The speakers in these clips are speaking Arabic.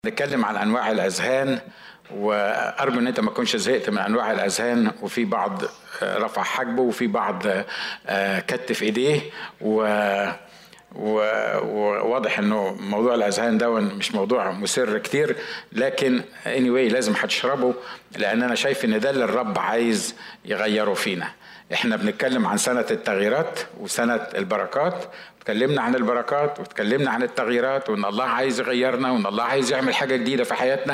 نتكلم عن انواع الاذهان، وارجو ان انت ما تكونش زهقت من انواع الاذهان. وفي بعض رفع حاجبه، وفي بعض كتف ايديه، وواضح انه موضوع الاذهان ده مش موضوع مسر كتير، لكن anyway لازم هتشربه، لان انا شايف ان ده اللي الرب عايز يغيره فينا. احنا بنتكلم عن سنة التغييرات وسنة البركات. اتكلمنا عن البركات واتكلمنا عن التغييرات، وان الله عايز يغيرنا، وان الله عايز يعمل حاجة جديدة في حياتنا.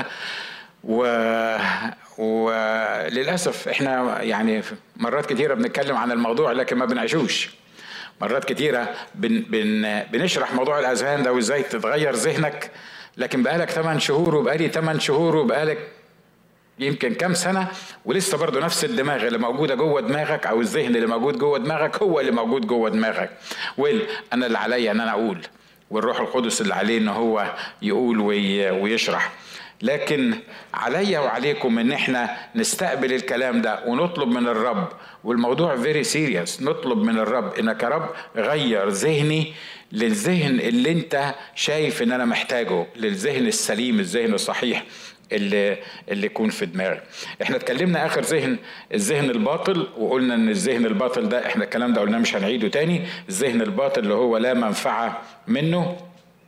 وللأسف احنا يعني مرات كتيرة بنتكلم عن الموضوع لكن ما بنعيشوش. مرات كتيرة بنشرح موضوع الأذهان ده وازاي تتغير ذهنك، لكن بقالك 8 شهور وبقالي 8 شهور وبقالك يمكن كام سنة ولسه برضو نفس الدماغ اللي موجودة جوه دماغك، او الذهن اللي موجود جوه دماغك هو اللي موجود جوه دماغك. انا اللي عليا ان انا اقول، والروح القدس اللي عليه ان هو يقول ويشرح، لكن عليا وعليكم ان احنا نستقبل الكلام ده ونطلب من الرب. والموضوع very serious. نطلب من الرب انك يا رب غير ذهني للذهن اللي انت شايف ان انا محتاجه، للذهن السليم، الذهن الصحيح اللي يكون في دماغي. احنا اتكلمنا اخر الذهن الباطل، وقلنا ان الذهن الباطل ده احنا الكلام ده قلناه مش هنعيده تاني. الذهن الباطل اللي هو لا منفعة منه،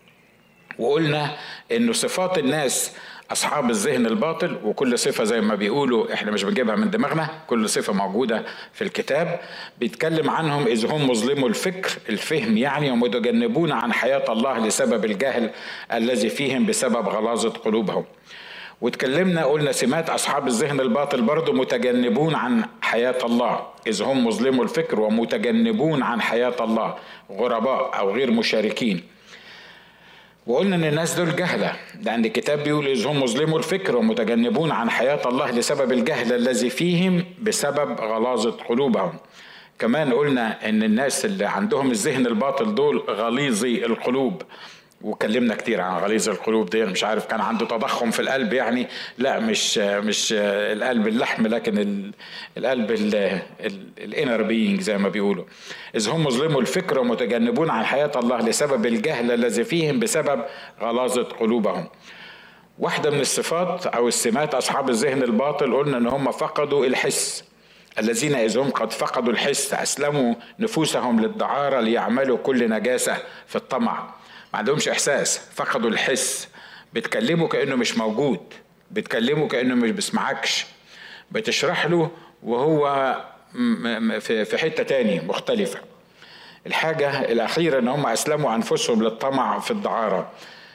وقلنا انه صفات الناس اصحاب الذهن الباطل، وكل صفة زي ما بيقولوا احنا مش بنجيبها من دماغنا، كل صفة موجودة في الكتاب. بيتكلم عنهم اذ هم مظلموا الفهم يعني، ومتجنبون عن حياة الله لسبب الجهل الذي فيهم بسبب غلاظة قلوبهم. واتكلمنا قلنا سمات أصحاب الذهن الباطل برضو متجنبون عن حياة الله، إذ هم مظلموا الفكر ومتجنبون عن حياة الله، غرباء أو غير مشاركين. وقلنا ان الناس دول جهلة، لأن الكتاب بيقول إذ هم مظلموا الفكر ومتجنبون عن حياة الله لسبب الجهل الذي فيهم بسبب غلاظة قلوبهم. كمان قلنا ان الناس اللي عندهم الذهن الباطل دول غليظي القلوب، وكلمنا كتير عن غليظ القلوب دي. مش عارف كان عنده تضخم في القلب يعني، لا مش القلب اللحم، لكن القلب الانر بينج زي ما بيقولوا. إذ هم مظلموا الفكر ومتجنبون عن حياة الله لسبب الجهل الذي فيهم بسبب غلاظة قلوبهم. واحدة من الصفات أو السمات أصحاب الذهن الباطل قلنا إن هم فقدوا الحس. الذين إذ هم قد فقدوا الحس أسلموا نفوسهم للدعارة ليعملوا كل نجاسة في الطمع. ما عندهمش إحساس، فقدوا الحس. بتكلمه كأنه مش موجود، بتكلمه كأنه مش بسمعكش، بتشرح له وهو في حتة تاني مختلفة. الحاجة الأخيرة إن هم أسلموا أنفسهم للطمع في الدعارة.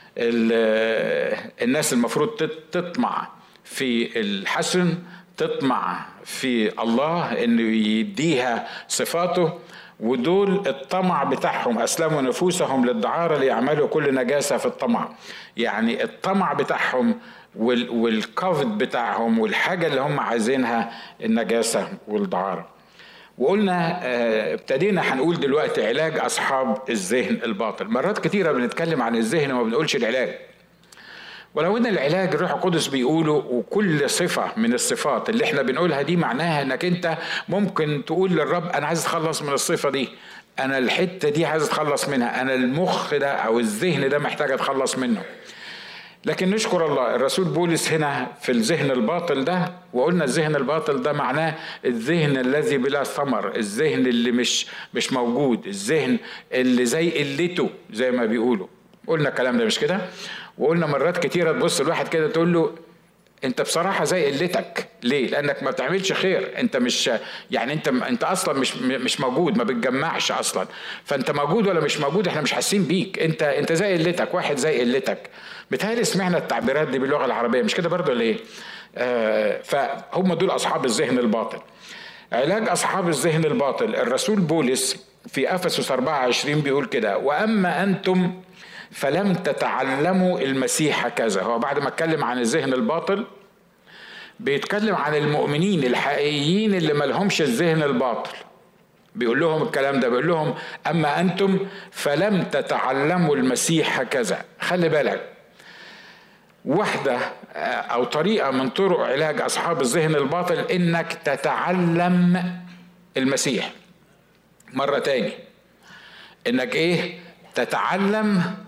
الناس المفروض تطمع في الحسن، تطمع في الله إنه يديها صفاته، ودول الطمع بتاعهم أسلموا نفوسهم للدعارة ليعملوا كل نجاسة في الطمع. يعني الطمع بتاعهم والكافد بتاعهم والحاجة اللي هم عايزينها النجاسة والدعارة. وقلنا ابتدينا هنقول دلوقتي علاج أصحاب الذهن الباطل. مرات كتيرة بنتكلم عن الذهن وما بنقولش العلاج، ولو ان العلاج الروح القدس بيقوله. وكل صفة من الصفات اللي احنا بنقولها دي معناها انك انت ممكن تقول للرب انا عايز اتخلص من الصفة دي، انا الحتة دي عايز اتخلص منها، انا المخ ده او الذهن ده محتاج اتخلص منه. لكن نشكر الله الرسول بولس هنا في الذهن الباطل ده، وقلنا الذهن الباطل ده معناه الذهن الذي بلا ثمر، الذهن اللي مش موجود، الذهن اللي زي قلته زي ما بيقولوا. قلنا الكلام ده مش كده؟ وقلنا مرات كتيرة تبص الواحد كده تقول له انت بصراحة زي قلتك. ليه؟ لانك ما بتعملش خير، انت مش يعني انت اصلا مش موجود، ما بتجمعش اصلا. فانت موجود ولا مش موجود احنا مش حاسين بيك، انت زي قلتك، واحد زي قلتك. بتهيألي سمعنا التعبيرات دي باللغة العربية مش كده برضو ليه؟ فهم دول اصحاب الذهن الباطل. علاج اصحاب الذهن الباطل، الرسول بولس في افسس 24 بيقول كده: واما انتم فلم تتعلموا المسيح هكذا. هو بعد ما اتكلم عن الذهن الباطل بيتكلم عن المؤمنين الحقيقيين اللي ما لهمش الذهن الباطل. بيقول لهم الكلام ده، بيقول لهم اما انتم فلم تتعلموا المسيح هكذا. خلي بالك، واحدة او طريقة من طرق علاج اصحاب الذهن الباطل انك تتعلم المسيح. مرة تاني، انك تتعلم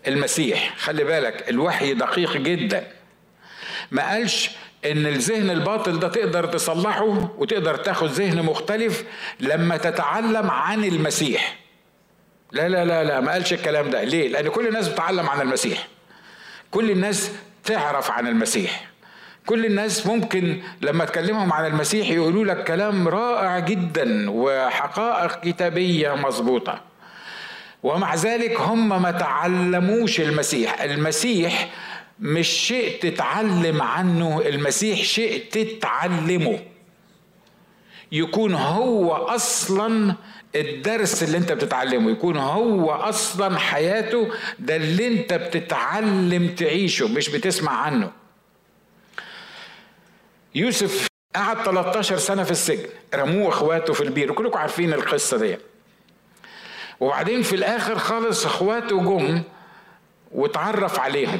المسيح. خلي بالك الوحي دقيق جدا، ما قالش ان الذهن الباطل ده تقدر تصلحه وتقدر تاخد ذهن مختلف لما تتعلم عن المسيح. لا لا لا لا، ما قالش الكلام ده. ليه؟ لان كل الناس بتتعلم عن المسيح، كل الناس تعرف عن المسيح، كل الناس ممكن لما تكلمهم عن المسيح يقولوا لك كلام رائع جدا وحقائق كتابية مظبوطة، ومع ذلك هم ما تعلموش المسيح. المسيح مش شيء تتعلم عنه، المسيح شيء تتعلمه، يكون هو أصلا الدرس اللي انت بتتعلمه، يكون هو أصلا حياته، ده اللي انت بتتعلم تعيشه مش بتسمع عنه. يوسف قعد 13 سنة في السجن، رموه اخواته في البير، كلكم عارفين القصة دي. وبعدين في الآخر خالص اخواته جم وتعرف عليهم.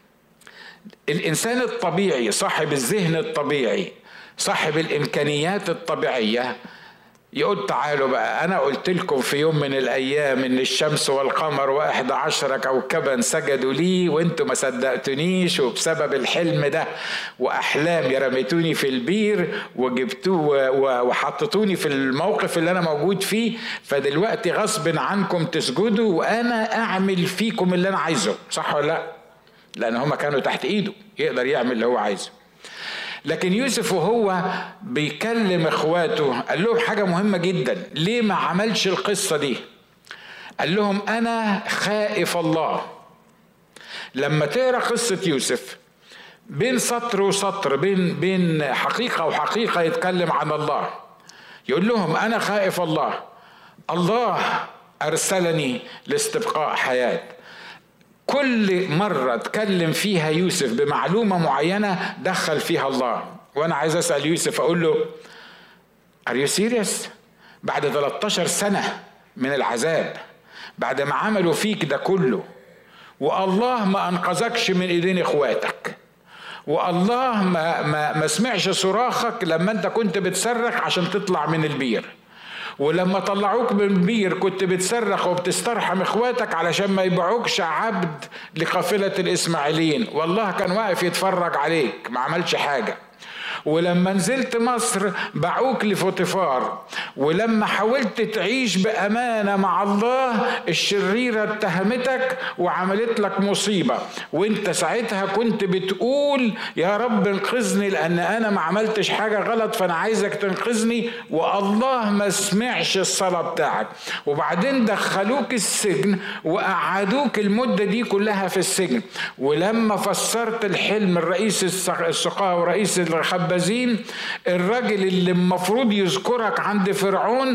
الإنسان الطبيعي صاحب الذهن الطبيعي صاحب الإمكانيات الطبيعية يقول تعالوا بقى، أنا قلت لكم في يوم من الأيام إن الشمس والقمر و11 كوكبا سجدوا لي وإنتوا ما صدقتونيش، وبسبب الحلم ده وأحلام رميتوني في البير وجبتوه وحطتوني في الموقف اللي أنا موجود فيه، فدلوقتي غصب عنكم تسجدوا وأنا أعمل فيكم اللي أنا عايزه. صح ولا لا؟ لأن هما كانوا تحت إيده، يقدر يعمل اللي هو عايزه. لكن يوسف وهو بيكلم اخواته قال لهم حاجة مهمة جدا. ليه ما عملش القصة دي؟ قال لهم أنا خائف الله. لما تقرأ قصة يوسف بين سطر وسطر، بين حقيقة وحقيقة يتكلم عن الله، يقول لهم أنا خائف الله، الله أرسلني لاستبقاء حياة. كل مرة اتكلم فيها يوسف بمعلومة معينة دخل فيها الله. وانا عايز اسأل يوسف اقول له Are you serious؟ بعد 13 سنة من العذاب، بعد ما عملوا فيك ده كله، والله ما انقذكش من ايدين اخواتك، والله ما سمعش صراخك لما انت كنت بتصرخ عشان تطلع من البير، ولما طلعوك من البير كنت بتصرخ وبتسترحم اخواتك علشان ما يبيعوكش عبد لقافلة الاسماعيليين، والله كان واقف يتفرج عليك ما عملش حاجة. ولما نزلت مصر باعوك لفوتيفار، ولما حاولت تعيش بأمانة مع الله الشريرة اتهمتك وعملت لك مصيبة، وانت ساعتها كنت بتقول يا رب انقذني لأن أنا ما عملتش حاجة غلط فأنا عايزك تنقذني، والله ما سمعش الصلاة بتاعك. وبعدين دخلوك السجن وقعدوك المدة دي كلها في السجن، ولما فسرت الحلم الرئيس السقاة ورئيس الخبازين، الراجل اللي المفروض يذكرك عند فرعون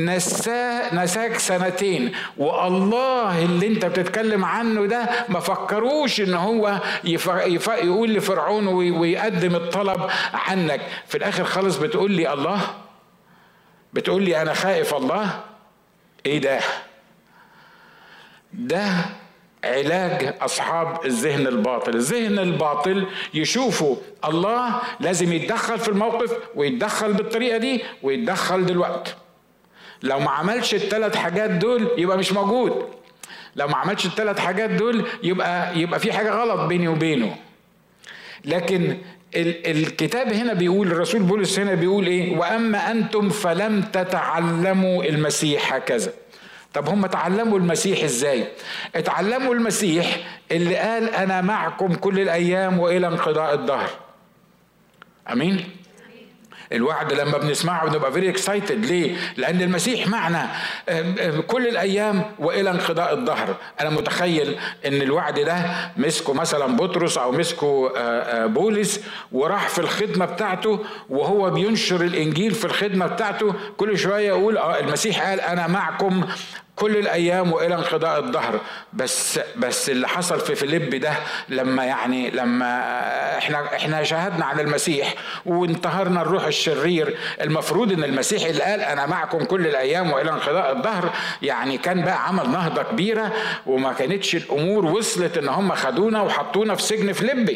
نساك سنتين، والله اللي انت بتتكلم عنه ده ما فكروش ان هو يقول لفرعون ويقدم الطلب عنك. في الاخر خالص بتقول لي الله، بتقول لي انا خائف الله. ايه ده؟ ده علاج أصحاب الذهن الباطل. الذهن الباطل يشوفوا الله لازم يتدخل في الموقف، ويتدخل بالطريقة دي، ويتدخل دلوقتي. لو ما عملش الثلاث حاجات دول يبقى مش موجود، لو ما عملش الثلاث حاجات دول يبقى في حاجة غلط بيني وبينه. لكن الكتاب هنا بيقول، الرسول بولس هنا بيقول ايه؟ وأما أنتم فلم تتعلموا المسيح هكذا. طب هم تعلموا المسيح ازاي؟ اتعلموا المسيح اللي قال انا معكم كل الايام والى انقضاء الدهر. امين. الوعد لما بنسمعه بنبقى فيري اكسايتد. ليه؟ لان المسيح معنا كل الايام والى انقضاء الدهر. انا متخيل ان الوعد ده مسكه مثلا بطرس او مسكه بولس وراح في الخدمه بتاعته وهو بينشر الانجيل في الخدمه بتاعته، كل شويه يقول المسيح قال انا معكم كل الايام والى انقضاء الدهر. بس اللي حصل في فيليب ده لما احنا شاهدنا عن المسيح وانتهرنا الروح الشرير، المفروض ان المسيح اللي قال انا معكم كل الايام والى انقضاء الدهر كان بقى عمل نهضه كبيره، وما كانتش الامور وصلت ان هم خدونا وحطونا في سجن فيليبي.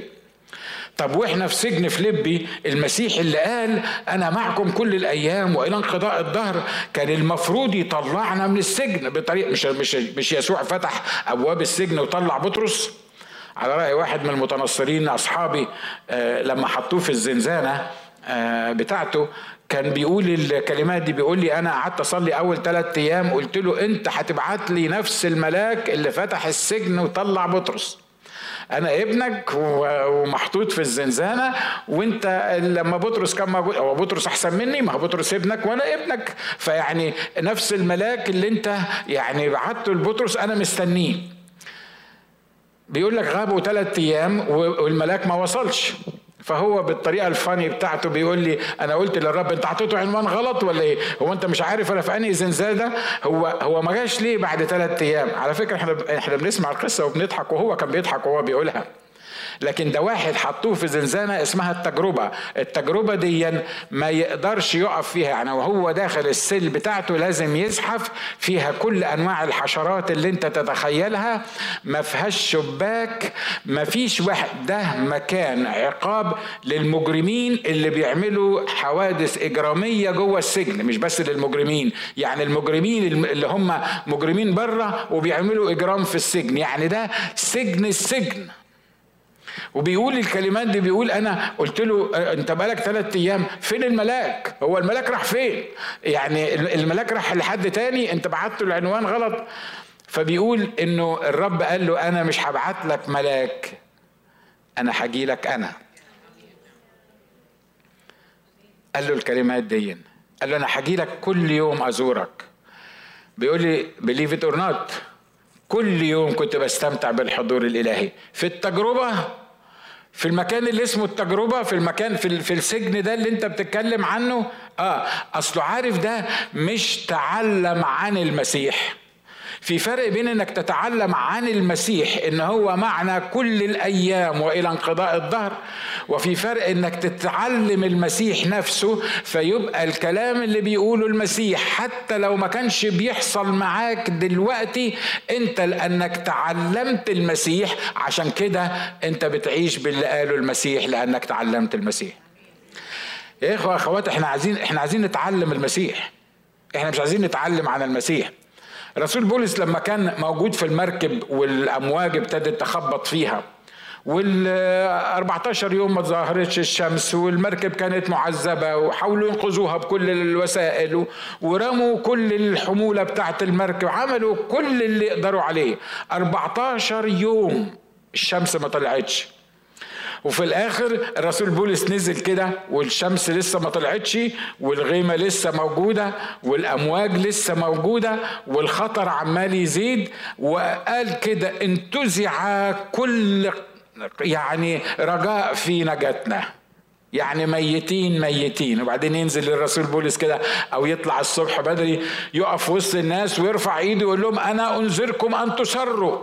طب واحنا في سجن فيليبي، المسيح اللي قال انا معكم كل الايام والى انقضاء الدهر، كان المفروض يطلعنا من السجن بطريقه. مش يسوع فتح ابواب السجن وطلع بطرس؟ على راي واحد من المتنصرين اصحابي لما حطوه في الزنزانه بتاعته، كان بيقول الكلمات دي، بيقول لي انا قعدت اصلي اول 3 ايام، قلت له انت هتبعت لي نفس الملاك اللي فتح السجن وطلع بطرس، انا ابنك ومحطوط في الزنزانه، وانت لما بطرس كان موجود، هو بطرس احسن مني؟ ما هو بطرس ابنك وانا ابنك، فيعني نفس الملاك اللي انت يعني بعته لبطرس انا مستنيه. بيقول لك غابوا 3 ايام والملاك ما وصلش، فهو بالطريقه الفاني بتاعته بيقول لي انا قلت للرب انت حطيته عنوان غلط ولا ايه؟ هو انت مش عارف انا في انهي زنزانه؟ هو ما جاش ليه بعد 3 ايام؟ على فكره احنا بنسمع القصه وبنضحك، وهو كان بيضحك وهو بيقولها، لكن ده واحد حطوه في زنزانة اسمها التجربة. التجربة دي ما يقدرش يقف فيها، يعني وهو داخل السل بتاعته لازم يزحف فيها كل أنواع الحشرات اللي انت تتخيلها، ما فيهاش شباك، ما فيش واحد. ده مكان عقاب للمجرمين اللي بيعملوا حوادث إجرامية جوه السجن، مش بس للمجرمين، يعني المجرمين اللي هم مجرمين بره وبيعملوا إجرام في السجن، يعني ده سجن السجن. وبيقول الكلمات دي، بيقول انا قلت له انت بقالك 3 ايام، فين الملاك؟ هو الملاك راح فين؟ يعني الملاك راح لحد تاني؟ انت بعت له العنوان غلط. فبيقول انه الرب قال له انا مش هبعت لك ملاك، انا هاجي لك انا. قال له الكلمات دي، قال له انا هاجي لك كل يوم ازورك. بيقول لي believe it or not، كل يوم كنت بستمتع بالحضور الالهي في التجربه، في المكان اللي اسمه التجربة، في المكان في السجن ده اللي انت بتتكلم عنه. اصله عارف ده مش تعلم عن المسيح. في فرق بين انك تتعلم عن المسيح ان هو معنا كل الايام والى انقضاء الدهر، وفي فرق انك تتعلم المسيح نفسه، فيبقى الكلام اللي بيقوله المسيح حتى لو ما كانش بيحصل معاك دلوقتي، انت لانك تعلمت المسيح عشان كده انت بتعيش باللي قاله المسيح لانك تعلمت المسيح. يا اخوة اخوات، احنا عايزين نتعلم المسيح، احنا مش عايزين نتعلم عن المسيح. رسول بولس لما كان موجود في المركب والأمواج ابتدت تخبط فيها، وال14 يوم ما ظهرتش الشمس، والمركب كانت معذبة، وحاولوا ينقذوها بكل الوسائل، ورموا كل الحمولة بتاعت المركب، عملوا كل اللي يقدروا عليه. 14 يوم الشمس ما طلعتش، وفي الاخر الرسول بولس نزل كده والشمس لسه ما طلعتش، والغيمه لسه موجوده، والامواج لسه موجوده، والخطر عمال يزيد، وقال كده انتزع كل يعني رجاء في نجاتنا، يعني ميتين. وبعدين ينزل الرسول بولس كده او يطلع الصبح بدري يقف وسط الناس ويرفع ايده ويقول لهم انا انذركم ان تسروا.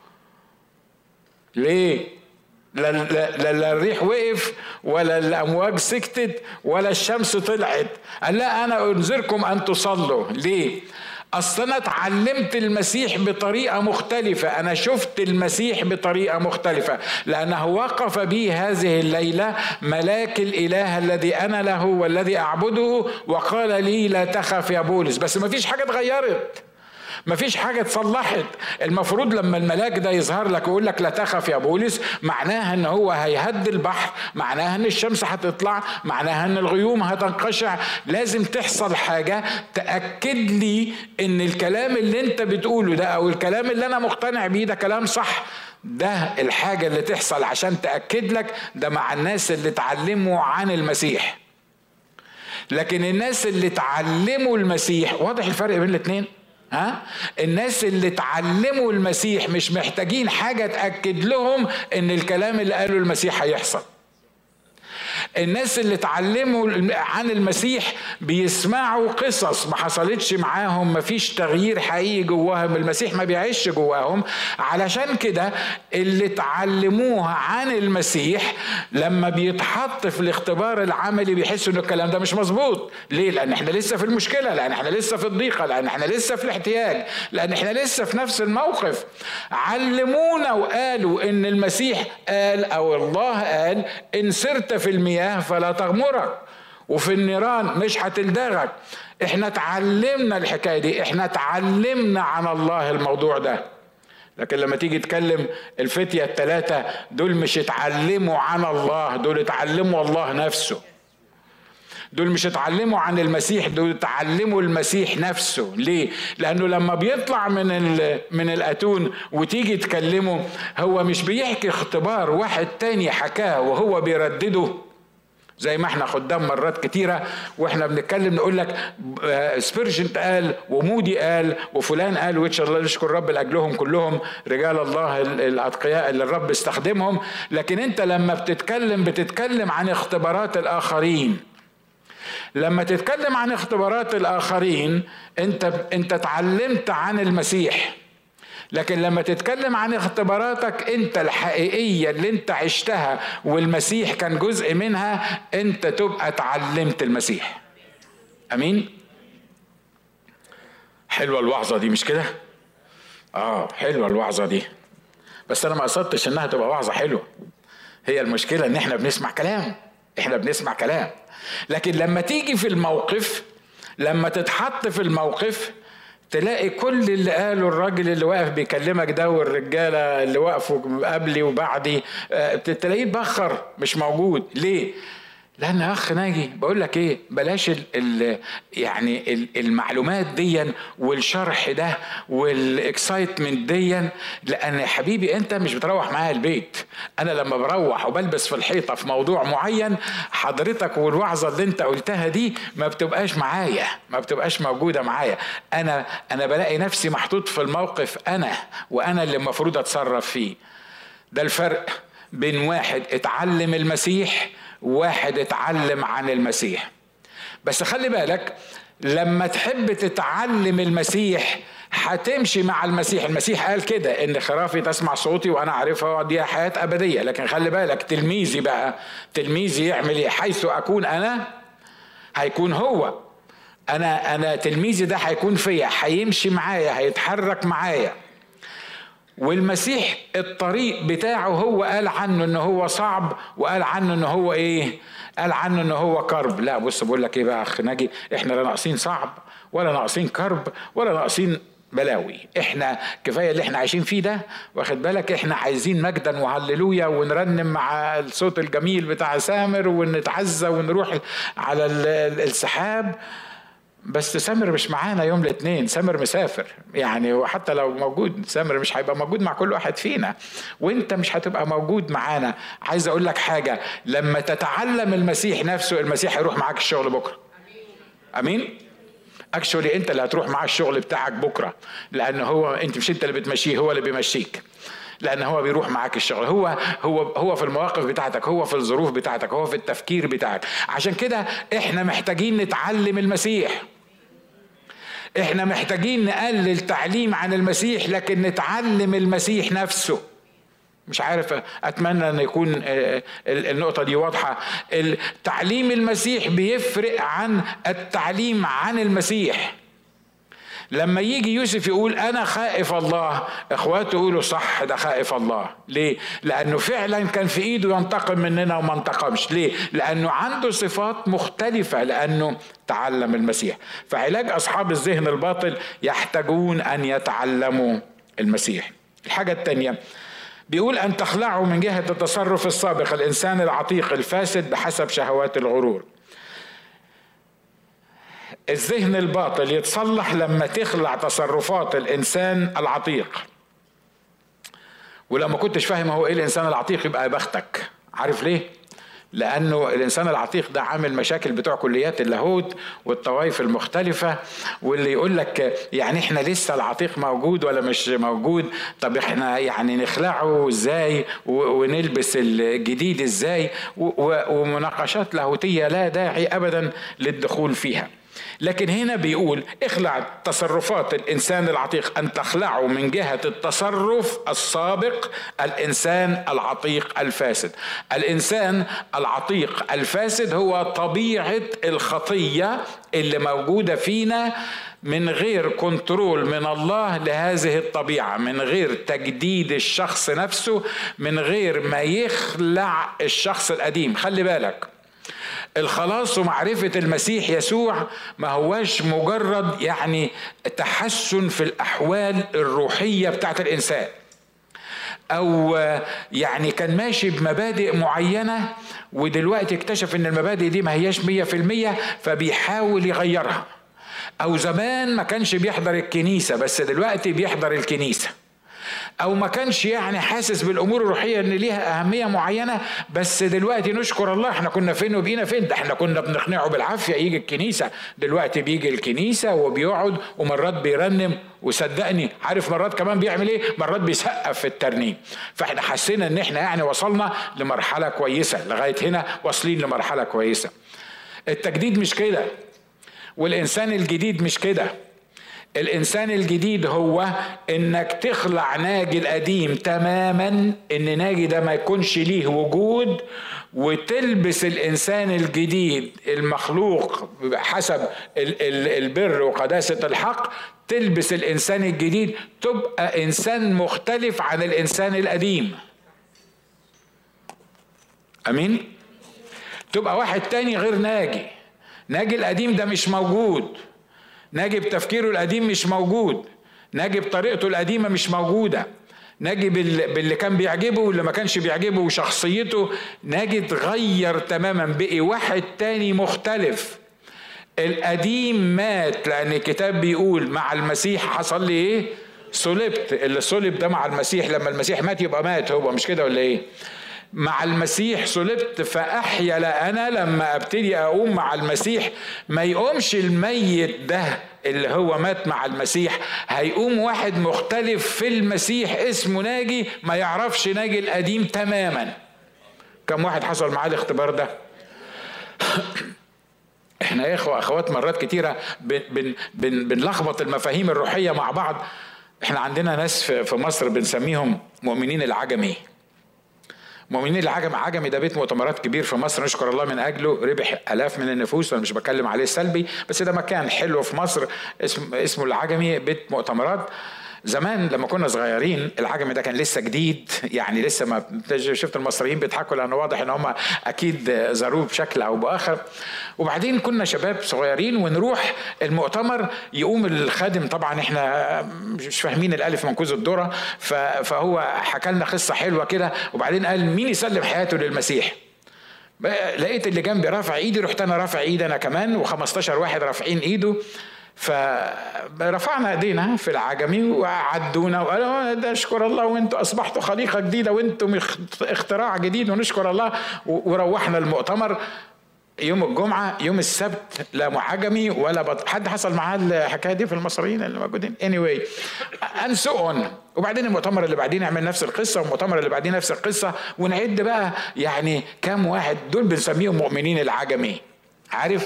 ليه؟ لا الريح وقف ولا الأمواج سكتت ولا الشمس طلعت، قال لا أنا أنذركم أن تصلوا. ليه؟ أصلا أنا اتعلمت المسيح بطريقة مختلفة، أنا شفت المسيح بطريقة مختلفة، لأنه وقف بي هذه الليلة ملاك الإله الذي أنا له والذي أعبده، وقال لي لا تخف يا بولس. بس ما فيش حاجة اتغيرت، مفيش حاجة اتصلحت. المفروض لما الملاك ده يظهر لك ويقول لك لا تخف يا بولس، معناها ان هو هيهدي البحر، معناها ان الشمس هتطلع، معناها ان الغيوم هتنقشع. لازم تحصل حاجة تأكد لي ان الكلام اللي انت بتقوله ده او الكلام اللي انا مقتنع بيه ده كلام صح. ده الحاجة اللي تحصل عشان تأكد لك. ده مع الناس اللي اتعلموا عن المسيح. لكن الناس اللي اتعلموا المسيح، واضح الفرق بين الاثنين؟ الناس اللي اتعلموا المسيح مش محتاجين حاجة تأكد لهم ان الكلام اللي قاله المسيح هيحصل. الناس اللي اتعلموا عن المسيح بيسمعوا قصص ما حصلتش معاهم، ما فيش تغيير حقيقي جواهم، المسيح ما بيعيش جواهم. علشان كده اللي اتعلموها عن المسيح لما بيتحط في الاختبار العملي بيحسوا ان الكلام ده مش مظبوط. ليه؟ لان احنا لسه في المشكلة، لان احنا لسه في الضيقة، لان احنا لسه في الاحتياج، لان احنا لسه في نفس الموقف. علمونا وقالوا ان المسيح قال او الله قال ان سرت في المياه فلا تغمرك، وفي النيران مش هتلدغك. احنا اتعلمنا الحكاية دي، احنا اتعلمنا عن الله الموضوع ده. لكن لما تيجي تكلم الفتية الثلاثة دول مش اتعلموا عن الله، دول اتعلموا الله نفسه. دول مش اتعلموا عن المسيح، دول اتعلموا المسيح نفسه. ليه؟ لأنه لما بيطلع من الأتون وتيجي تكلمه، هو مش بيحكي اختبار واحد تاني حكاه وهو بيردده. زي ما احنا خدام مرات كتيرة واحنا بنتكلم نقول لك سبيرجن قال ومودي قال وفلان قال، وإن الله نشكر رب لأجلهم كلهم رجال الله الأتقياء اللي الرب استخدمهم. لكن انت لما بتتكلم عن اختبارات الآخرين. لما تتكلم عن اختبارات الآخرين انت اتعلمت عن المسيح. لكن لما تتكلم عن اختباراتك انت الحقيقية اللي انت عشتها والمسيح كان جزء منها، انت تبقى اتعلمت المسيح. امين. حلوة الوعظة دي مش كده؟ حلوة الوعظة دي، بس انا ما قصدتش انها تبقى وعظة حلوة. هي المشكلة ان احنا بنسمع كلام، لكن لما تيجي في الموقف، لما تتحط في الموقف تلاقي كل اللي قاله الراجل اللي واقف بيكلمك ده والرجالة اللي وقفوا قبلي وبعدي تلاقيه بخر مش موجود. ليه؟ لأن أخ ناجي بقول لك إيه، بلاش يعني المعلومات دي والشرح ده والإكسايتمنت دي، لأن يا حبيبي أنت مش بتروح معايا البيت. أنا لما بروح وبلبس في الحيطة في موضوع معين، حضرتك والوعظة اللي أنت قلتها دي ما بتبقاش معايا، ما بتبقاش موجودة معايا. أنا بلاقي نفسي محطوط في الموقف وأنا اللي المفروض أتصرف فيه. ده الفرق بين واحد اتعلم المسيح واحد اتعلم عن المسيح. بس خلي بالك لما تحب تتعلم المسيح هتمشي مع المسيح. المسيح قال كده ان خرافي تسمع صوتي وانا عارفها وديها حياة ابدية. لكن خلي بالك تلميذي يعمل ايه؟ حيث اكون انا هيكون هو. انا تلميذي ده هيكون فيا، هيمشي معايا، هيتحرك معايا. والمسيح الطريق بتاعه هو قال عنه انه هو صعب، وقال عنه انه هو ايه؟ قال عنه انه هو كرب. لا بص بقول لك ايه بقى اخ ناجي، احنا لا ناقصين صعب ولا ناقصين كرب ولا ناقصين بلاوي. احنا كفايه اللي احنا عايشين فيه ده، واخد بالك؟ احنا عايزين مجدا وهللويا ونرنم مع الصوت الجميل بتاع سامر ونتعزى ونروح على السحاب. بس سامر مش معانا يوم الاثنين، سامر مسافر يعني، وحتى لو موجود سامر مش هيبقى موجود مع كل واحد فينا، وانت مش هتبقى موجود معانا. عايز اقول لك حاجة، لما تتعلم المسيح نفسه المسيح هيروح معاك الشغل بكرة. امين. اكشولي انت اللي هتروح معاه الشغل بتاعك بكرة، لان انت مش انت اللي بتمشيه، هو اللي بيمشيك، لأن هو بيروح معاك الشغل. هو في المواقف بتاعتك، هو في الظروف بتاعتك، هو في التفكير بتاعك. عشان كده احنا محتاجين نتعلم المسيح. احنا محتاجين نقلل تعليم عن المسيح لكن نتعلم المسيح نفسه. مش عارف، اتمنى ان يكون النقطة دي واضحة. التعليم المسيح بيفرق عن التعليم عن المسيح. لما يجي يوسف يقول أنا خائف الله، إخواته يقولوا صح ده خائف الله. ليه؟ لأنه فعلا كان في إيده ينتقم مننا وما انتقمش. ليه؟ لأنه عنده صفات مختلفة، لأنه تعلم المسيح. فعلاج أصحاب الذهن الباطل يحتاجون أن يتعلموا المسيح. الحاجة الثانية بيقول أن تخلعوا من جهة التصرف السابق الإنسان العتيق الفاسد بحسب شهوات الغرور. الذهن الباطل يتصلح لما تخلع تصرفات الإنسان العتيق. ولما كنتش فاهم هو إيه الإنسان العتيق يبقى بختك. عارف ليه؟ لأنه الإنسان العتيق ده عامل مشاكل بتوع كليات اللاهوت والطوائف المختلفة، واللي يقول لك يعني إحنا لسه العتيق موجود ولا مش موجود، طب إحنا يعني نخلعه إزاي ونلبس الجديد إزاي، ومناقشات لاهوتية لا داعي أبدا للدخول فيها. لكن هنا بيقول اخلع تصرفات الإنسان العتيق، أن تخلعه من جهة التصرف السابق الإنسان العتيق الفاسد. الإنسان العتيق الفاسد هو طبيعة الخطية اللي موجودة فينا من غير كنترول من الله لهذه الطبيعة، من غير تجديد الشخص نفسه، من غير ما يخلع الشخص القديم. خلي بالك، الخلاص ومعرفة المسيح يسوع ما هواش مجرد يعني تحسن في الأحوال الروحية بتاعت الإنسان، أو يعني كان ماشي بمبادئ معينة ودلوقتي اكتشف إن المبادئ دي ما هياش 100% فبيحاول يغيرها، أو زمان ما كانش بيحضر الكنيسة بس دلوقتي بيحضر الكنيسة، او ما كانش يعني حاسس بالامور الروحيه ان ليها اهميه معينه بس دلوقتي نشكر الله احنا كنا فين وبقينا فين، ده احنا كنا بنقنعه بالعافيه يجي الكنيسه، دلوقتي بيجي الكنيسه وبيقعد ومرات بيرنم، وصدقني عارف مرات كمان بيعمل ايه، مرات بيسقف في الترنيم. فاحنا حسينا ان احنا يعني وصلنا لمرحله كويسه، لغايه هنا واصلين لمرحله كويسه. التجديد مش كده، والانسان الجديد مش كده. الإنسان الجديد هو إنك تخلع ناجي القديم تماما، إن ناجي ده ما يكونش ليه وجود، وتلبس الإنسان الجديد المخلوق حسب البر وقداسة الحق، تلبس الإنسان الجديد، تبقى إنسان مختلف عن الإنسان القديم. أمين؟ تبقى واحد تاني غير ناجي. ناجي القديم ده مش موجود، ناجي بتفكيره القديم مش موجود، ناجي بطريقته القديمة مش موجودة، ناجي باللي كان بيعجبه واللي ما كانش بيعجبه وشخصيته، ناجي اتغير تماما، بقي واحد تاني مختلف. القديم مات، لأن الكتاب بيقول مع المسيح حصل لي ايه؟ صلبت. اللي صلب ده مع المسيح، لما المسيح مات يبقى مات، هو مش كده ولا ايه؟ مع المسيح صلبت فأحيا. لا أنا لما أبتدي أقوم مع المسيح ما يقومش الميت ده اللي هو مات مع المسيح، هيقوم واحد مختلف في المسيح اسمه ناجي، ما يعرفش ناجي القديم تماما. كم واحد حصل معاه الاختبار ده؟ احنا يا اخوة اخوات مرات كتيرة بنلخبط المفاهيم الروحية مع بعض. احنا عندنا ناس في مصر بنسميهم مؤمنين العجمي. مؤمنين العجمي ده بيت مؤتمرات كبير في مصر، نشكر الله من أجله، ربح آلاف من النفوس، وأنا مش بتكلم عليه سلبي، بس ده مكان حلو في مصر اسمه العجمي، بيت مؤتمرات. زمان لما كنا صغيرين العجمي ده كان لسه جديد، يعني لسه ما شفت المصريين بيضحكوا لأنه واضح ان هم اكيد زاروه بشكل او باخر. وبعدين كنا شباب صغيرين ونروح المؤتمر، يقوم الخادم، طبعا احنا مش فاهمين الالف من كوز الذره، فهو حكى لنا قصه حلوه كده، وبعدين قال مين يسلم حياته للمسيح؟ لقيت اللي جنبي رافع ايدي، رحت انا رافع ايدي انا كمان، و15 واحد رافعين ايده، فرفعنا ايدينا في العجمي وعدونا وقالوا ده اشكر الله وانتوا اصبحتوا خليقه جديده وانتم اختراع جديد ونشكر الله. وروحنا المؤتمر يوم الجمعه. يوم السبت لا عجمي ولا حد حصل معاه الحكايه دي في المصريين اللي موجودين anyway and so on. وبعدين المؤتمر اللي بعدين نعمل نفس القصه، والمؤتمر اللي بعدين نفس القصه، ونعد بقى يعني كام واحد. دول بنسميهم مؤمنين العجمي. عارف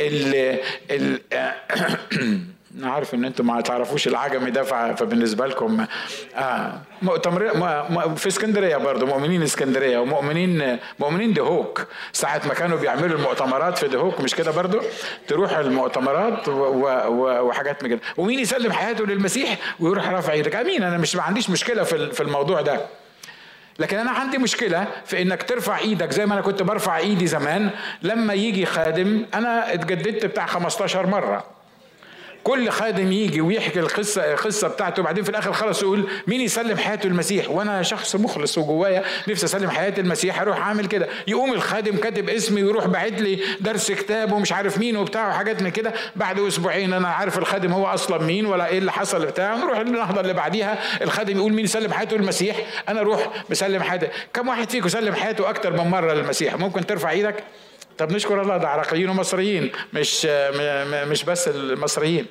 أنا عارف إن أنتم ما تعرفوش العجمي ده، فبالنسبة لكم مؤتمر في اسكندرية برضو، مؤمنين اسكندرية ومؤمنين دهوك. ساعة ما كانوا بيعملوا المؤتمرات في دهوك مش كده برضو، تروح المؤتمرات وحاجات من كده، ومين يسلم حياته للمسيح ويروح رافع ايدك. أمين، أنا مش ما عنديش مشكلة في الموضوع ده، لكن أنا عندي مشكلة في إنك ترفع إيدك زي ما أنا كنت برفع إيدي زمان. لما يجي خادم، أنا اتجددت بتاع 15 مرة، كل خادم يجي ويحكي القصه بتاعته، وبعدين في الاخر خلص يقول مين يسلم حياته المسيح، وانا شخص مخلص وجوايا نفسي اسلم حياتي المسيح، اروح اعمل كده. يقوم الخادم كاتب اسمي ويروح باعت لي درس كتاب ومش عارف مين وبتاع وحاجات من كده. بعد اسبوعين انا عارف الخادم هو اصلا مين ولا ايه اللي حصل بتاعه. نروح النهضه اللي بعديها الخادم يقول مين يسلم حياته المسيح، انا اروح مسلم حياتي. كم واحد فيكم سلم حياته اكتر من مره للمسيح؟ ممكن ترفع ايدك؟ طب نشكر الله، ده عراقيين ومصريين، مش بس المصريين.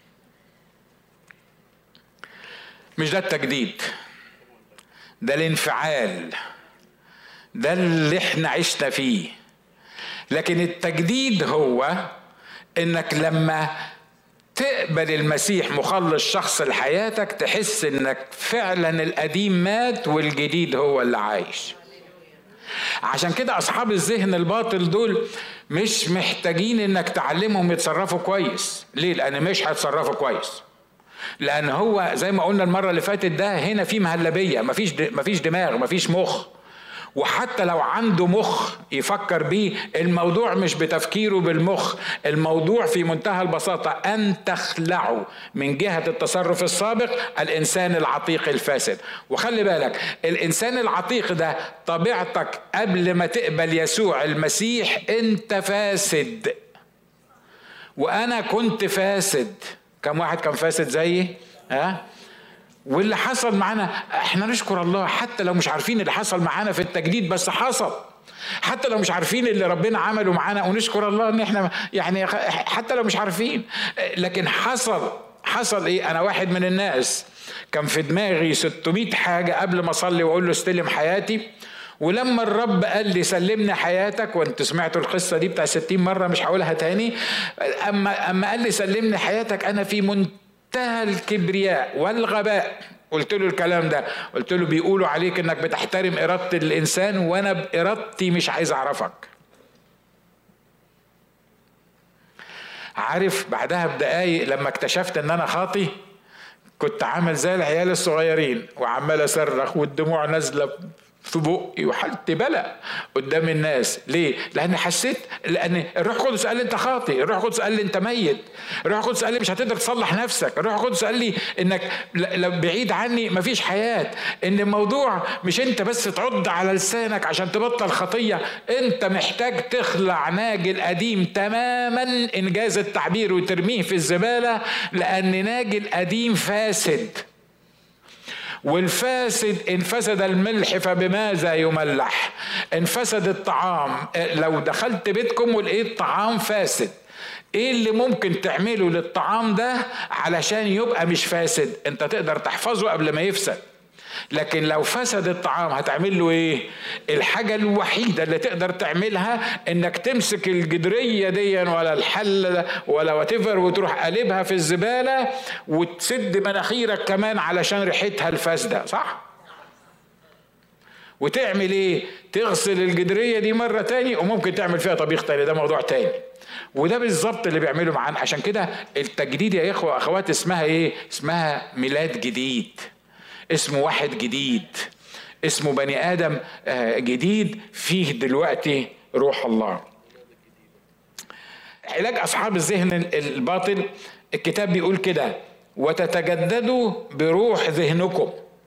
مش ده التجديد، ده الانفعال، ده اللي احنا عشنا فيه. لكن التجديد هو انك لما تقبل المسيح مخلص شخص لحياتك تحس انك فعلا القديم مات والجديد هو اللي عايش. عشان كده اصحاب الذهن الباطل دول مش محتاجين انك تعلمهم يتصرفوا كويس. ليه؟ لان مش هيتصرفوا كويس، لان هو زي ما قلنا المره اللي فاتت ده هنا في مهلبيه، مفيش دماغ، مفيش مخ. وحتى لو عنده مخ يفكر بيه، الموضوع مش بتفكيره بالمخ، الموضوع في منتهى البساطة أن تخلعه من جهة التصرف السابق الإنسان العتيق الفاسد. وخلي بالك الإنسان العتيق ده طبيعتك قبل ما تقبل يسوع المسيح أنت فاسد، وأنا كنت فاسد. كم واحد كان فاسد زيي؟ واللي حصل معانا احنا نشكر الله، حتى لو مش عارفين اللي حصل معانا في التجديد، بس حصل. حتى لو مش عارفين اللي ربنا عمله معانا، ونشكر الله ان احنا يعني حتى لو مش عارفين، لكن حصل ايه؟ انا واحد من الناس كان في دماغي 600 حاجة قبل ما اصلي واقول له استلم حياتي. ولما الرب قال لي سلمني حياتك، وانت سمعتوا القصة دي بتاع 60 مرة مش هقولها تاني، اما قال لي سلمني حياتك انا في منتهى الكبرياء والغباء قلت له الكلام ده. قلت له بيقولوا عليك انك بتحترم إرادة الإنسان، وانا بإرادتي مش عايز اعرفك. عارف بعدها بدقايق لما اكتشفت ان انا خاطي، كنت عامل زي العيال الصغيرين وعمال اصرخ والدموع نازله في بقي وحالتي بلا قدام الناس. ليه؟ لأن حسيت، لأن الروح القدس قال لي أنت خاطئ، الروح القدس قال لي أنت ميت، الروح القدس قال لي مش هتقدر تصلح نفسك، الروح القدس قال لي إنك لو بعيد عني مفيش حياة، إن الموضوع مش أنت بس تعض على لسانك عشان تبطل خطية، أنت محتاج تخلع ناجي القديم تماما إنجاز التعبير وترميه في الزبالة، لأن ناجي القديم فاسد. والفاسد إن فسد الملح فبماذا يملح؟ إن فسد الطعام، لو دخلت بيتكم ولقيت طعام فاسد، ايه اللي ممكن تعمله للطعام ده علشان يبقى مش فاسد؟ انت تقدر تحفظه قبل ما يفسد. لكن لو فسد الطعام هتعمل له ايه؟ الحاجة الوحيدة اللي تقدر تعملها انك تمسك الجدرية دي ولا الحل ولا واتيفر وتروح قلبها في الزبالة وتسد مناخيرك كمان علشان ريحتها الفاسدة، صح؟ وتعمل ايه؟ تغسل الجدرية دي مرة تاني، وممكن تعمل فيها طبيخ تاني، ده موضوع تاني. وده بالظبط اللي بيعمله معانا. عشان كده التجديد يا اخوة اخوات اسمها ايه؟ اسمها ميلاد جديد، اسمه واحد جديد، اسمه بني آدم جديد فيه دلوقتي روح الله. علاج أصحاب الذهن الباطل الكتاب بيقول كده: وتتجددوا بروح ذهنكم.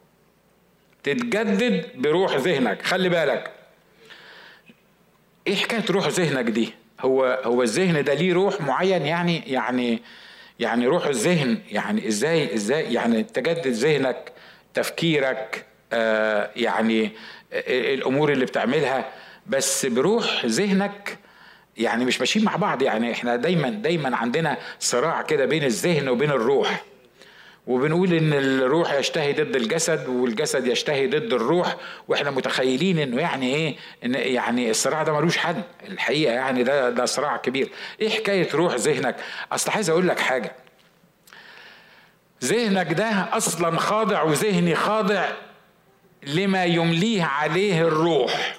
تتجدد بروح ذهنك. خلي بالك ايه حكاية روح ذهنك دي؟ هو الذهن ده ليه روح معين؟ يعني روح الذهن يعني ازاي يعني تجدد ذهنك، تفكيرك، يعني الامور اللي بتعملها، بس بروح ذهنك يعني مش ماشيين مع بعض. يعني احنا دايما عندنا صراع كده بين الذهن وبين الروح، وبنقول ان الروح يشتهي ضد الجسد والجسد يشتهي ضد الروح، واحنا متخيلين انه يعني ايه، ان يعني الصراع ده ملوش حد. الحقيقه يعني ده صراع كبير. ايه حكايه روح ذهنك؟ اصل عايز اقول لك حاجه، ذهنك ده اصلا خاضع، وذهني خاضع لما يمليه عليه الروح.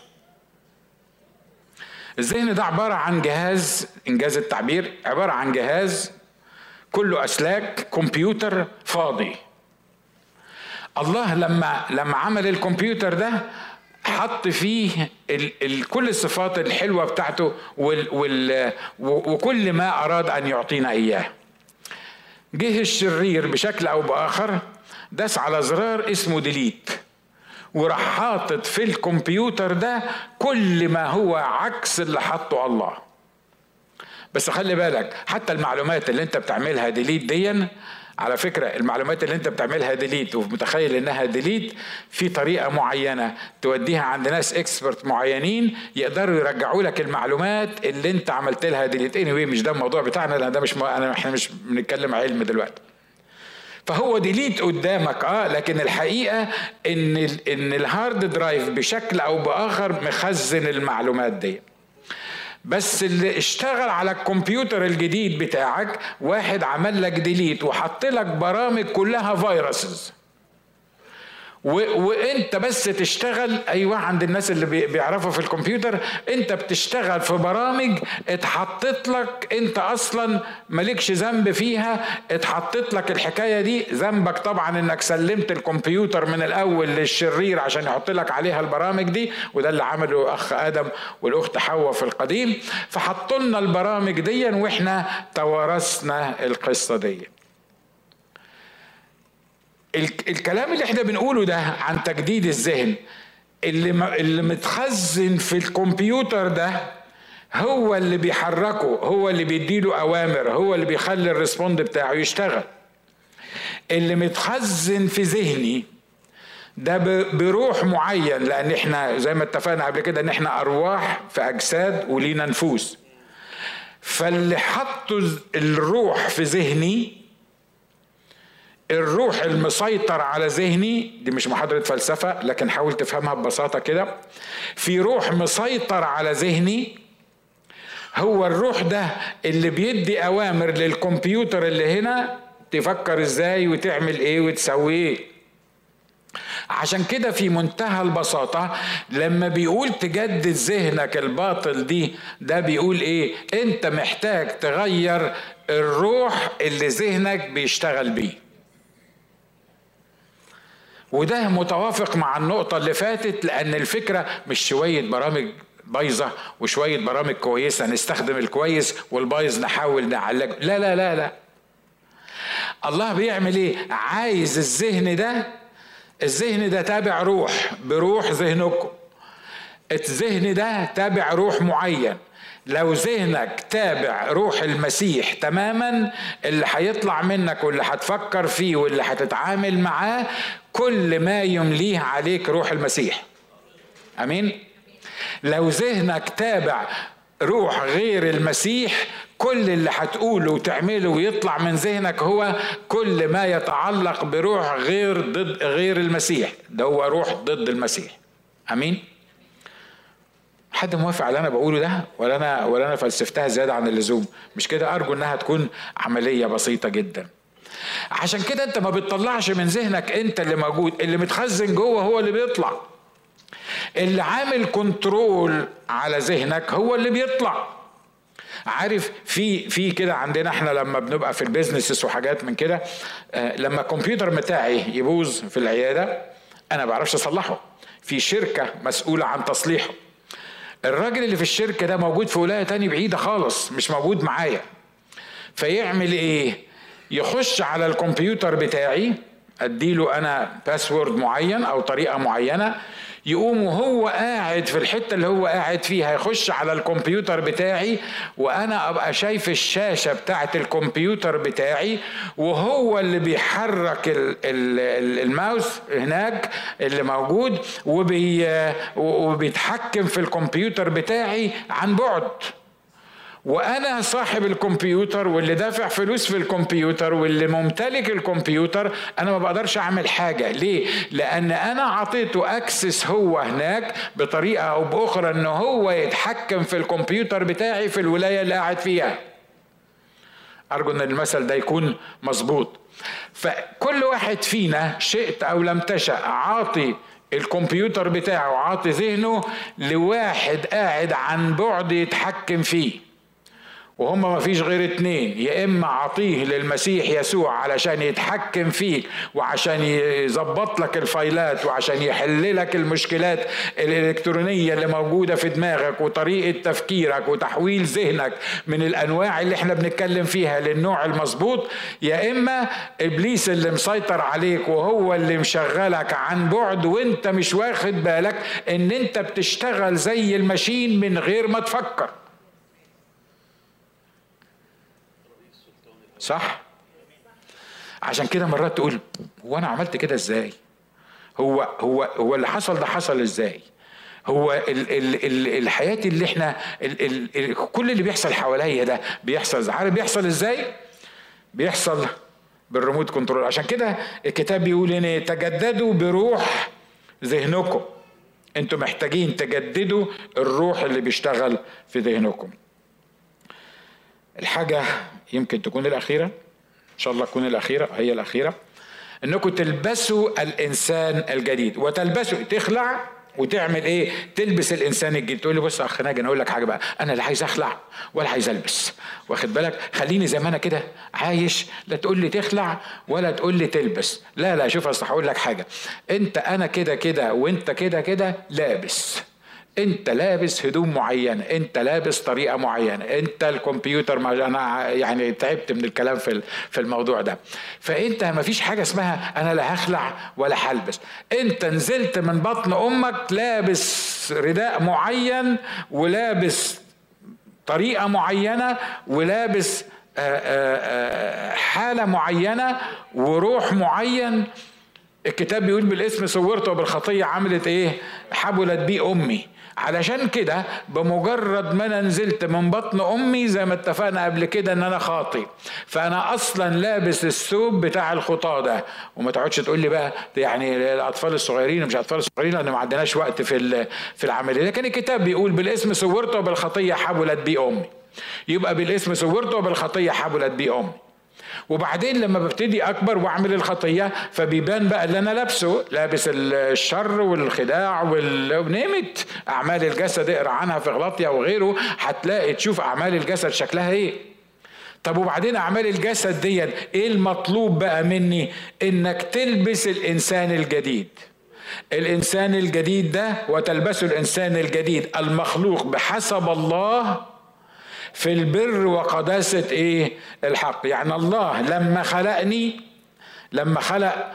الذهن ده عبارة عن جهاز، انجاز التعبير، عبارة عن جهاز كله اسلاك، كمبيوتر فاضي. الله لما عمل الكمبيوتر ده حط فيه كل الصفات الحلوة بتاعته وكل ما اراد ان يعطينا اياه. جه الشرير بشكل او باخر داس على زرار اسمه ديليت، وراح حاطط في الكمبيوتر ده كل ما هو عكس اللي حطه الله. بس خلي بالك، حتى المعلومات اللي انت بتعملها ديليت دي، على فكرة المعلومات اللي انت بتعملها ديليت ومتخيل انها ديليت، في طريقة معينة توديها عند ناس اكسبرت معينين يقدروا يرجعوا لك المعلومات اللي انت عملت لها ديليت. anyway مش ده الموضوع بتاعنا، لان ده احنا مش بنتكلم علم دلوقتي. فهو ديليت قدامك لكن الحقيقة ان الهارد درايف بشكل او باخر مخزن المعلومات دي. بس اللي اشتغل على الكمبيوتر الجديد بتاعك واحد عمل لك ديليت وحط لك برامج كلها فيروسز، وانت بس تشتغل. ايوه، عند الناس اللي بيعرفوا في الكمبيوتر، انت بتشتغل في برامج اتحطت لك انت اصلا مالكش ذنب فيها، اتحطت لك الحكايه دي. ذنبك طبعا انك سلمت الكمبيوتر من الاول للشرير عشان يحط لك عليها البرامج دي، وده اللي عمله اخ ادم والاخت حواء في القديم. فحطوا لنا البرامج دي واحنا توارثنا القصه دي. الكلام اللي احنا بنقوله ده عن تجديد الذهن اللي متخزن في الكمبيوتر ده هو اللي بيحركه، هو اللي بيديله اوامر، هو اللي بيخلي الريسبوند بتاعه يشتغل. اللي متخزن في ذهني ده بروح معين، لان احنا زي ما اتفقنا قبل كده ان احنا ارواح في اجساد ولينا نفوس. فاللي حطوا الروح في ذهني، الروح المسيطر على ذهني، دي مش محاضرة فلسفة لكن حاول تفهمها ببساطة كده. في روح مسيطر على ذهني، هو الروح ده اللي بيدي أوامر للكمبيوتر اللي هنا تفكر ازاي وتعمل ايه وتسوي ايه. عشان كده في منتهى البساطة لما بيقول تجدد ذهنك الباطل ده بيقول ايه؟ انت محتاج تغير الروح اللي ذهنك بيشتغل بيه. وده متوافق مع النقطة اللي فاتت، لأن الفكرة مش شوية برامج بايظة وشوية برامج كويسة نستخدم الكويس والبايظ نحاول نعالجه. لا لا لا لا، الله بيعمل ايه؟ عايز الذهن ده تابع روح، بروح ذهنكم. الذهن ده تابع روح معين. لو ذهنك تابع روح المسيح تماما، اللي هيطلع منك واللي هتفكر فيه واللي هتتعامل معاه كل ما يمليه عليك روح المسيح. امين. لو ذهنك تابع روح غير المسيح، كل اللي هتقوله وتعمله ويطلع من ذهنك هو كل ما يتعلق بروح غير المسيح، ده هو روح ضد المسيح. امين. حد موافق على انا بقوله ده ولا انا فلسفتها زياده عن اللزوم؟ مش كده؟ ارجو انها تكون عمليه بسيطه جدا. عشان كده انت ما بتطلعش من ذهنك انت اللي موجود، اللي متخزن جوه هو اللي بيطلع. اللي عامل كنترول على ذهنك هو اللي بيطلع. عارف في كده عندنا احنا لما بنبقى في البيزنسز وحاجات من كده، لما الكمبيوتر بتاعي يبوظ في العياده انا ما بعرفش اصلحه، في شركه مسؤوله عن تصليحه. الراجل اللي في الشركة ده موجود في ولاية تاني بعيدة خالص، مش موجود معايا. فيعمل ايه؟ يخش على الكمبيوتر بتاعي، اديله انا باسورد معين او طريقة معينة، يقوم وهو قاعد في الحتة اللي هو قاعد فيها يخش على الكمبيوتر بتاعي، وانا ابقى شايف الشاشة بتاعت الكمبيوتر بتاعي، وهو اللي بيحرك الماوس هناك اللي موجود، وبيتحكم في الكمبيوتر بتاعي عن بعد. وانا صاحب الكمبيوتر واللي دافع فلوس في الكمبيوتر واللي ممتلك الكمبيوتر، انا ما بقدرش اعمل حاجة. ليه؟ لان انا عطيته اكسس هو هناك بطريقة او باخرى انه هو يتحكم في الكمبيوتر بتاعي في الولاية اللي قاعد فيها. ارجو ان المثل ده يكون مظبوط. فكل واحد فينا شئت او لم تشأ عاطي الكمبيوتر بتاعه وعاطي ذهنه لواحد قاعد عن بعد يتحكم فيه. وهم ما فيش غير اتنين، يا اما عطيه للمسيح يسوع علشان يتحكم فيك وعشان يظبط لك الفايلات وعشان يحل لك المشكلات الالكترونية اللي موجودة في دماغك وطريقة تفكيرك وتحويل ذهنك من الانواع اللي احنا بنتكلم فيها للنوع المظبوط، يا اما ابليس اللي مسيطر عليك وهو اللي مشغلك عن بعد وانت مش واخد بالك ان انت بتشتغل زي الماشين من غير ما تفكر. صح؟ عشان كده مرات تقول هو انا عملت كده ازاي؟ هو اللي حصل ده حصل ازاي؟ هو الحياة اللي احنا كل اللي بيحصل حواليا ده بيحصل، عارف بيحصل ازاي؟ بيحصل بالريموت كنترول. عشان كده الكتاب بيقول ان تجددوا بروح ذهنكم. انتوا محتاجين تجددوا الروح اللي بيشتغل في ذهنكم. الحاجة يمكن تكون الأخيرة، إن شاء الله تكون الأخيرة، هي الأخيرة، إنكم تلبسوا الإنسان الجديد. وتلبسوا تخلع وتعمل إيه؟ تلبس الإنسان الجديد. تقول لي بص يا أخ ناجي، أنا أقول لك حاجة بقى، أنا لا عايز أخلع ولا عايز ألبس، واخد بالك؟ خليني زي ما أنا كده عايش، لا تقول لي تخلع ولا تقول لي تلبس. لا شوف أصل هقول لك حاجة، أنا كده وأنت كده لابس. انت لابس هدوم معينة، انت لابس طريقة معينة، انت الكمبيوتر انا يعني تعبت من الكلام في الموضوع ده. فانت ما فيش حاجة اسمها انا لا هخلع ولا هلبس. انت نزلت من بطن امك لابس رداء معين ولابس طريقة معينة ولابس حالة معينة وروح معين. الكتاب بيقول بالاسم صورته وبالخطية عملت ايه؟ حبلت بيه امي. علشان كده بمجرد ما انا نزلت من بطن امي زي ما اتفقنا قبل كده ان انا خاطي، فانا اصلا لابس الثوب بتاع الخطاه ده. وما تقعدش تقول لي بقى يعني الاطفال الصغيرين مش اطفال صغيرين لان ما عندناش وقت في العمليه. لكن الكتاب بيقول بالاسم صورته وبالخطيه حبلت بيه امي. يبقى بالاسم صورته وبالخطيه حبلت بيه امي. وبعدين لما ببتدي اكبر واعمل الخطيه فبيبان بقى اللي انا لابسه، لابس الشر والخداع ونمت اعمال الجسد. اقرا عنها في غلاطيا وغيره، هتلاقي تشوف اعمال الجسد شكلها ايه. طب وبعدين اعمال الجسد دي ايه المطلوب بقى مني؟ انك تلبس الانسان الجديد. الانسان الجديد ده وتلبسوا الانسان الجديد المخلوق بحسب الله في البر وقداسة ايه؟ الحق. يعني الله لما خلقني، لما خلق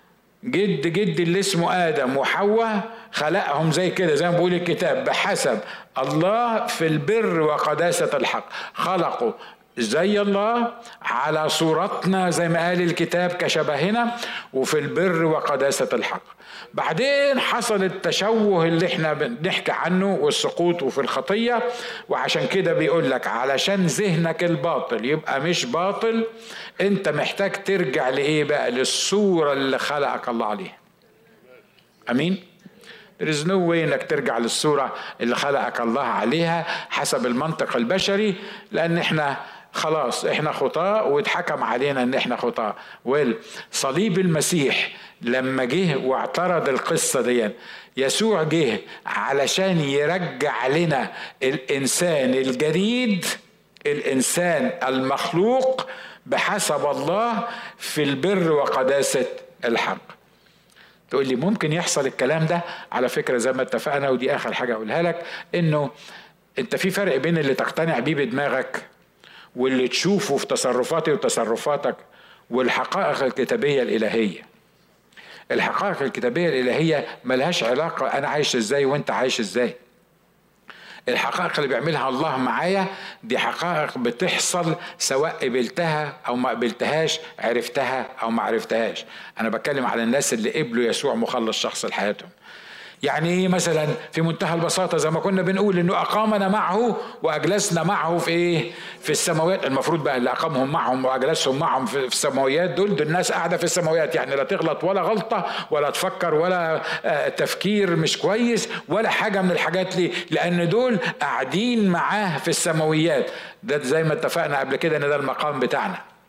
جد اللي اسمه آدم وحواء، خلقهم زي كده زي ما بيقول الكتاب بحسب الله في البر وقداسة الحق. خلقوا زي الله على صورتنا زي ما قال الكتاب كشبهنا وفي البر وقداسة الحق. بعدين حصل التشوه اللي احنا بنحكي عنه والسقوط وفي الخطية. وعشان كده بيقول لك علشان ذهنك الباطل يبقى مش باطل، انت محتاج ترجع لإيه بقى؟ للصورة اللي خلقك الله عليها. امين؟ There is no way انك ترجع للصورة اللي خلقك الله عليها حسب المنطق البشري، لان احنا خلاص احنا خطاة واتحكم علينا ان احنا خطاة. والصليب المسيح لما جه واعترض القصة دي، يسوع جه علشان يرجع لنا الانسان الجديد، الانسان المخلوق بحسب الله في البر وقداسة الحق. تقول لي ممكن يحصل الكلام ده؟ على فكرة زي ما اتفقنا، ودي اخر حاجة اقولها لك، انه انت في فرق بين اللي تقتنع بيه بدماغك واللي تشوفه في تصرفاتي وتصرفاتك والحقائق الكتابية الإلهية. الحقائق الكتابية الإلهية ملهاش علاقة أنا عايش إزاي وإنت عايش إزاي. الحقائق اللي بيعملها الله معايا دي حقائق بتحصل سواء قبلتها أو ما قبلتهاش، عرفتها أو ما عرفتهاش. أنا بتكلم على الناس اللي قبلوا يسوع مخلص شخص لحياتهم. يعني مثلا في منتهى البساطة زي ما كنا بنقول انه اقامنا معه واجلسنا معه في ايه؟ في السماوات. المفروض بقى اللي اقامهم معهم واجلسهم معهم في السماويات دول الناس قاعدة في السماويات، يعني لا تغلط ولا غلطة ولا تفكر ولا تفكير مش كويس ولا حاجة من الحاجات. ليه؟ لان دول قاعدين معاه في السماويات. ده زي ما اتفقنا قبل كده ان ده المقام بتاعنا.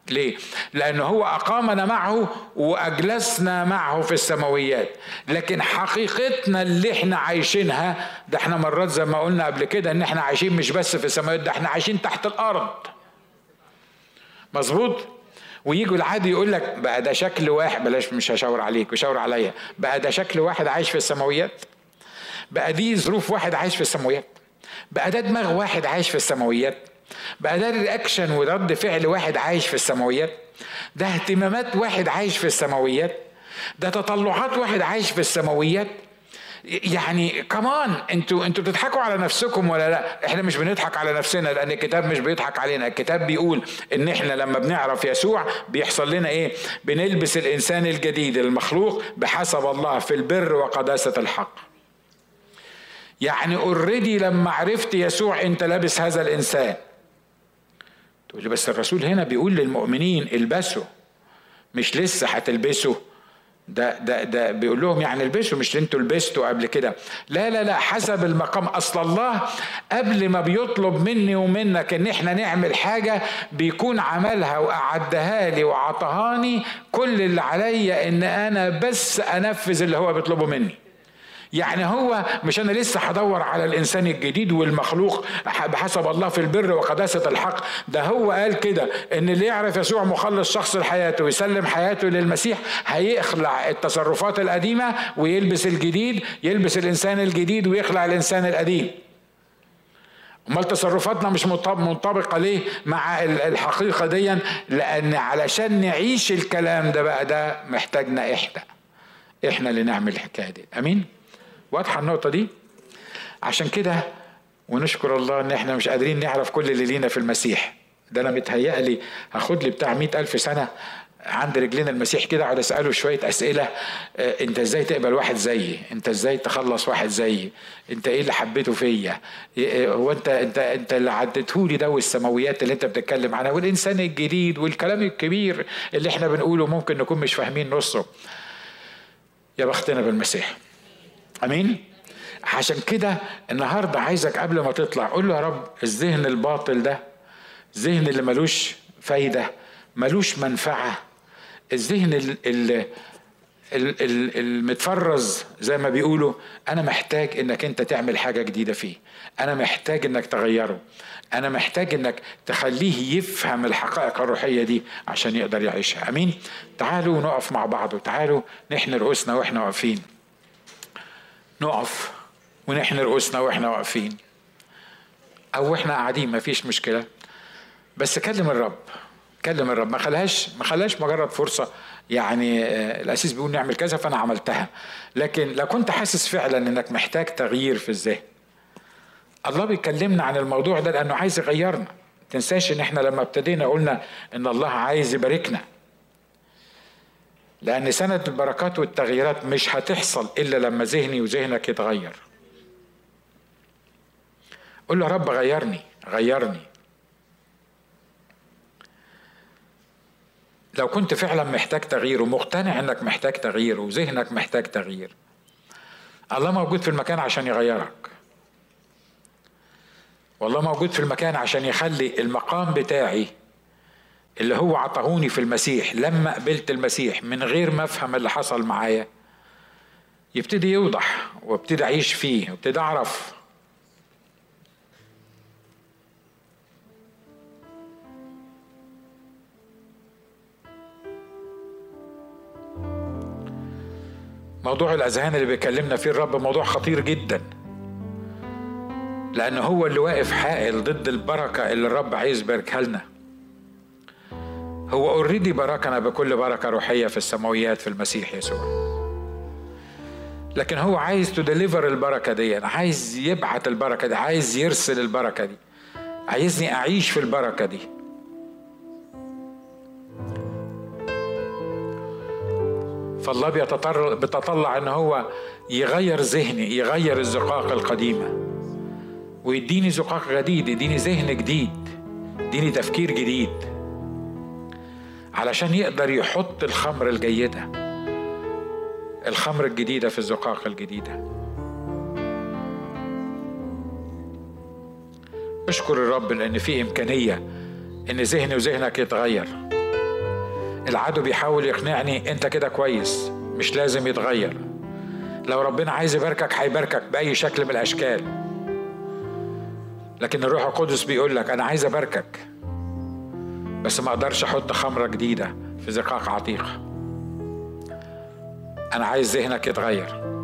ليه؟ لأنه هو أقامنا معه وأجلسنا معه في السماويات. لكن حقيقتنا اللي احنا عايشينها ده احنا مرات زي ما قلنا قبل كده ان احنا عايشين مش بس في السماويات، ده احنا عايشين تحت الأرض. مظبوط؟ ويجوا العادي يقول لك بقى ده شكل واحد، بلاش مش هشاور عليك وشاور عليا، بقى ده شكل واحد عايش في السماويات، بقى دي ظروف واحد عايش في السماويات، بقى ده دماغ واحد عايش في السماويات، بقى ده رياكشن ورد فعل واحد عايش في السماويات، ده اهتمامات واحد عايش في السماويات، ده تطلعات واحد عايش في السماويات. يعني كمان انتوا بتضحكوا على نفسكم ولا لا؟ احنا مش بنضحك على نفسنا، لان الكتاب مش بيضحك علينا. الكتاب بيقول ان احنا لما بنعرف يسوع بيحصل لنا ايه؟ بنلبس الانسان الجديد المخلوق بحسب الله في البر وقداسة الحق. يعني اوريدي لما عرفت يسوع انت لابس هذا الانسان. تقول لي بس الرسول هنا بيقول للمؤمنين البسوا، مش لسه هتلبسوا. ده بيقول لهم يعني البسوا، مش انتوا لبستوا قبل كده. لا حسب المقام. اصل الله قبل ما بيطلب مني ومنك ان احنا نعمل حاجة بيكون عملها واعدها لي وعطهاني. كل اللي عليا ان انا بس انفذ اللي هو بيطلبه مني. يعني هو مش انا لسه هدور على الانسان الجديد والمخلوق بحسب الله في البر وقداسة الحق. ده هو قال كده ان اللي يعرف يسوع مخلص شخص لحياته ويسلم حياته للمسيح هيخلع التصرفات القديمة ويلبس الجديد، يلبس الانسان الجديد ويخلع الانسان القديم. امال تصرفاتنا مش منطبقة ليه مع الحقيقة دي؟ لان علشان نعيش الكلام ده بقى ده محتاجنا احنا اللي نعمل الحكاية دي. امين؟ واضحة النقطة دي؟ عشان كده ونشكر الله ان احنا مش قادرين نعرف كل اللي لينا في المسيح. ده انا متهيألي هاخد لي بتاع 100,000 سنة عند رجلين المسيح كده اقعد اسأله شوية اسئلة. انت ازاي تقبل واحد زيي؟ انت ازاي تخلص واحد زيي؟ انت ايه اللي حبيته فيا؟ هو انت اللي عدتهولي ده والسماويات اللي انت بتتكلم عنها والانسان الجديد والكلام الكبير اللي احنا بنقوله ممكن نكون مش فاهمين نصه. يا بختنا بالمسيح. امين. عشان كده النهارده عايزك قبل ما تطلع قول له يا رب الذهن الباطل ده، الذهن اللي ملوش فايده ملوش منفعه، الذهن المتفرز زي ما بيقولوا، انا محتاج انك انت تعمل حاجه جديده فيه. انا محتاج انك تغيره. انا محتاج انك تخليه يفهم الحقائق الروحيه دي عشان يقدر يعيشها. امين. تعالوا نقف مع بعض وتعالوا نحن رؤوسنا واحنا واقفين. نقف ونحن رؤوسنا واحنا واقفين او احنا قاعدين، مفيش مشكله. بس كلم الرب، كلم الرب. ما خلاش مجرد فرصه. يعني الاسيس بيقول نعمل كذا فانا عملتها. لكن لو كنت حاسس فعلا انك محتاج تغيير في الذهن، الله بيكلمنا عن الموضوع ده لانه عايز يغيرنا. تنساش ان احنا لما ابتدينا قلنا ان الله عايز يباركنا، لأن سنة البركات والتغييرات مش هتحصل إلا لما ذهني وذهنك يتغير. قل له يا رب غيرني. لو كنت فعلا محتاج تغيير ومقتنع انك محتاج تغيير وذهنك محتاج تغيير، الله موجود في المكان عشان يغيرك. والله موجود في المكان عشان يخلي المقام بتاعي اللي هو عطاهوني في المسيح لما قبلت المسيح من غير ما افهم اللي حصل معايا يبتدي يوضح وابتدي اعيش فيه وابتدي اعرف. موضوع الاذهان اللي بيكلمنا فيه الرب موضوع خطير جدا، لانه هو اللي واقف حائل ضد البركه اللي الرب عايز يباركها لنا. هو اوريدي باركنا بكل بركة روحية في السماويات في المسيح يسوع، لكن هو عايز تدليفر البركة دي، عايز يبعت البركة دي، عايز يرسل البركة دي، عايزني أعيش في البركة دي. فالله بيتطلع ان هو يغير ذهني، يغير الزقاق القديمة ويديني زقاق جديد، يديني ذهن جديد، يديني تفكير جديد، علشان يقدر يحط الخمر الجيدة، الخمر الجديدة في الزقاق الجديدة. اشكر الرب لأن في إمكانية إن ذهني وذهنك يتغير. العدو بيحاول يقنعني انت كده كويس مش لازم يتغير. لو ربنا عايز يباركك هيباركك بأي شكل من الأشكال، لكن الروح القدس بيقول لك أنا عايز أباركك بس ما أقدرش أحط خمرة جديدة في زقاق عتيق. أنا عايز ذهنك يتغير.